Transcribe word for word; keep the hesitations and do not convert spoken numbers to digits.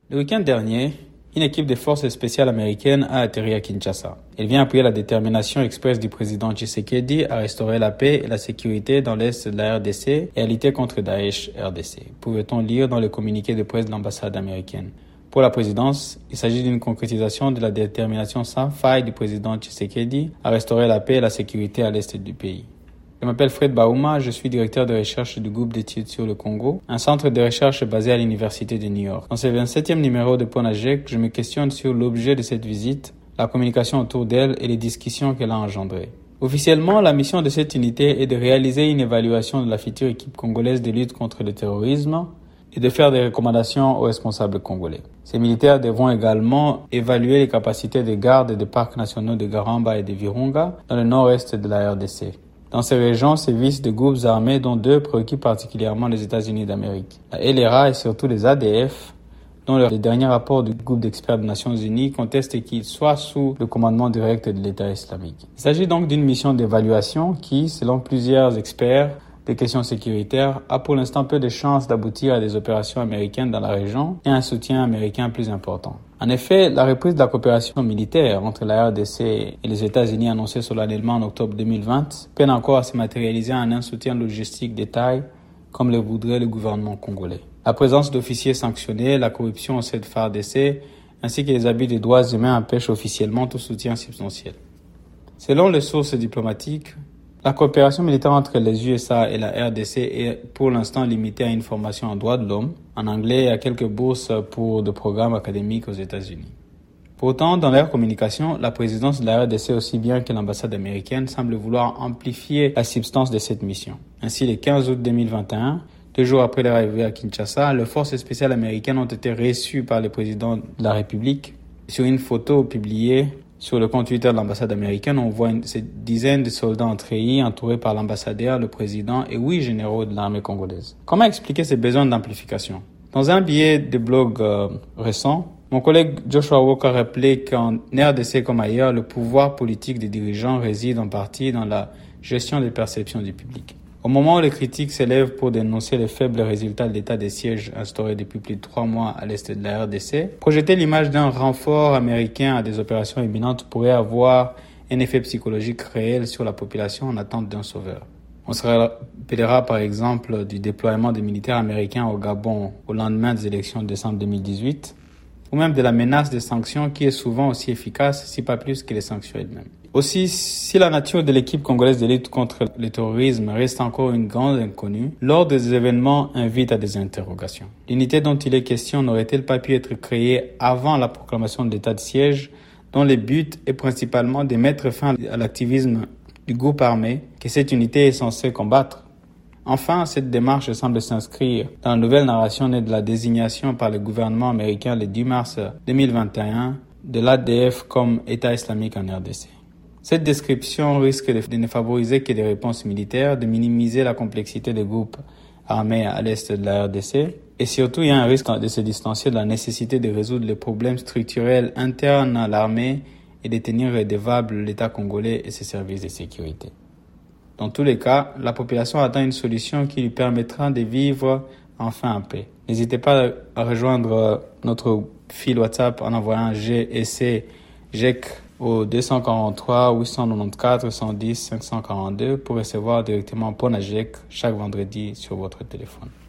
Le week-end dernier, une équipe des forces spéciales américaines a atterri à Kinshasa. Elle vient appuyer la détermination expresse du président Tshisekedi à restaurer la paix et la sécurité dans l'est de la R D C et à lutter contre Daesh R D C, pouvait-on lire dans le communiqué de presse de l'ambassade américaine. Pour la présidence, il s'agit d'une concrétisation de la détermination sans faille du président Tshisekedi à restaurer la paix et la sécurité à l'est du pays. Je m'appelle Fred Baouma, je suis directeur de recherche du groupe d'études sur le Congo, un centre de recherche basé à l'Université de New York. Dans ce vingt-septième numéro de Ponajek, je me questionne sur l'objet de cette visite, la communication autour d'elle et les discussions qu'elle a engendrées. Officiellement, la mission de cette unité est de réaliser une évaluation de la future équipe congolaise de lutte contre le terrorisme et de faire des recommandations aux responsables congolais. Ces militaires devront également évaluer les capacités de garde des parcs nationaux de Garamba et de Virunga dans le nord-est de la R D C. Dans ces régions, sévissent des groupes armés dont deux préoccupent particulièrement les États-Unis d'Amérique. La L R A et surtout les A D F, dont le dernier rapport du groupe d'experts des Nations Unies conteste qu'ils soient sous le commandement direct de l'État islamique. Il s'agit donc d'une mission d'évaluation qui, selon plusieurs experts des questions sécuritaires, a pour l'instant peu de chances d'aboutir à des opérations américaines dans la région et un soutien américain plus important. En effet, la reprise de la coopération militaire entre la R D C et les États-Unis annoncée solennellement en octobre deux mille vingt peine encore à se matérialiser en un soutien logistique de taille comme le voudrait le gouvernement congolais. La présence d'officiers sanctionnés, la corruption au sein de F A R D C ainsi que les abus des droits humains empêchent officiellement tout soutien substantiel. Selon les sources diplomatiques, la coopération militaire entre les U S A et la R D C est pour l'instant limitée à une formation en droits de l'homme, en anglais et à quelques bourses pour des programmes académiques aux États-Unis. Pourtant, dans leur communication, la présidence de la R D C aussi bien que l'ambassade américaine semble vouloir amplifier la substance de cette mission. Ainsi, le quinze août deux mille vingt et un, deux jours après leur arrivée à Kinshasa, les forces spéciales américaines ont été reçues par le président de la République. Sur une photo publiée sur le compte Twitter de l'ambassade américaine, on voit une, cette dizaine de soldats en treillis entourés par l'ambassadeur, le président et huit généraux de l'armée congolaise. Comment expliquer ces besoins d'amplification? Dans un billet de blog euh, récent, mon collègue Joshua Walker rappelait qu'en R D C comme ailleurs, le pouvoir politique des dirigeants réside en partie dans la gestion des perceptions du public. Au moment où les critiques s'élèvent pour dénoncer les faibles résultats de l'état des sièges instauré depuis plus de trois mois à l'est de la R D C, projeter l'image d'un renfort américain à des opérations imminentes pourrait avoir un effet psychologique réel sur la population en attente d'un sauveur. On se rappellera par exemple du déploiement des militaires américains au Gabon au lendemain des élections de décembre deux mille dix-huit, ou même de la menace des sanctions qui est souvent aussi efficace, si pas plus que les sanctions elles-mêmes. Aussi, si la nature de l'équipe congolaise de lutte contre le terrorisme reste encore une grande inconnue, l'ordre des événements invite à des interrogations. L'unité dont il est question n'aurait-elle pas pu être créée avant la proclamation de l'état de siège, dont le but est principalement de mettre fin à l'activisme du groupe armé que cette unité est censée combattre? Enfin, cette démarche semble s'inscrire dans la nouvelle narration née de la désignation par le gouvernement américain le dix mars deux mille vingt et un de l'A D F comme État islamique en R D C. Cette description risque de ne favoriser que des réponses militaires, de minimiser la complexité des groupes armés à l'est de la R D C, et surtout il y a un risque de se distancier de la nécessité de résoudre les problèmes structurels internes à l'armée et de tenir redevable l'État congolais et ses services de sécurité. Dans tous les cas, la population attend une solution qui lui permettra de vivre enfin en paix. N'hésitez pas à rejoindre notre fil WhatsApp en envoyant G S C G E C au deux cent quarante-trois huit cent quatre-vingt-quatorze cent dix cinq cent quarante-deux pour recevoir directement Ponajek chaque vendredi sur votre téléphone.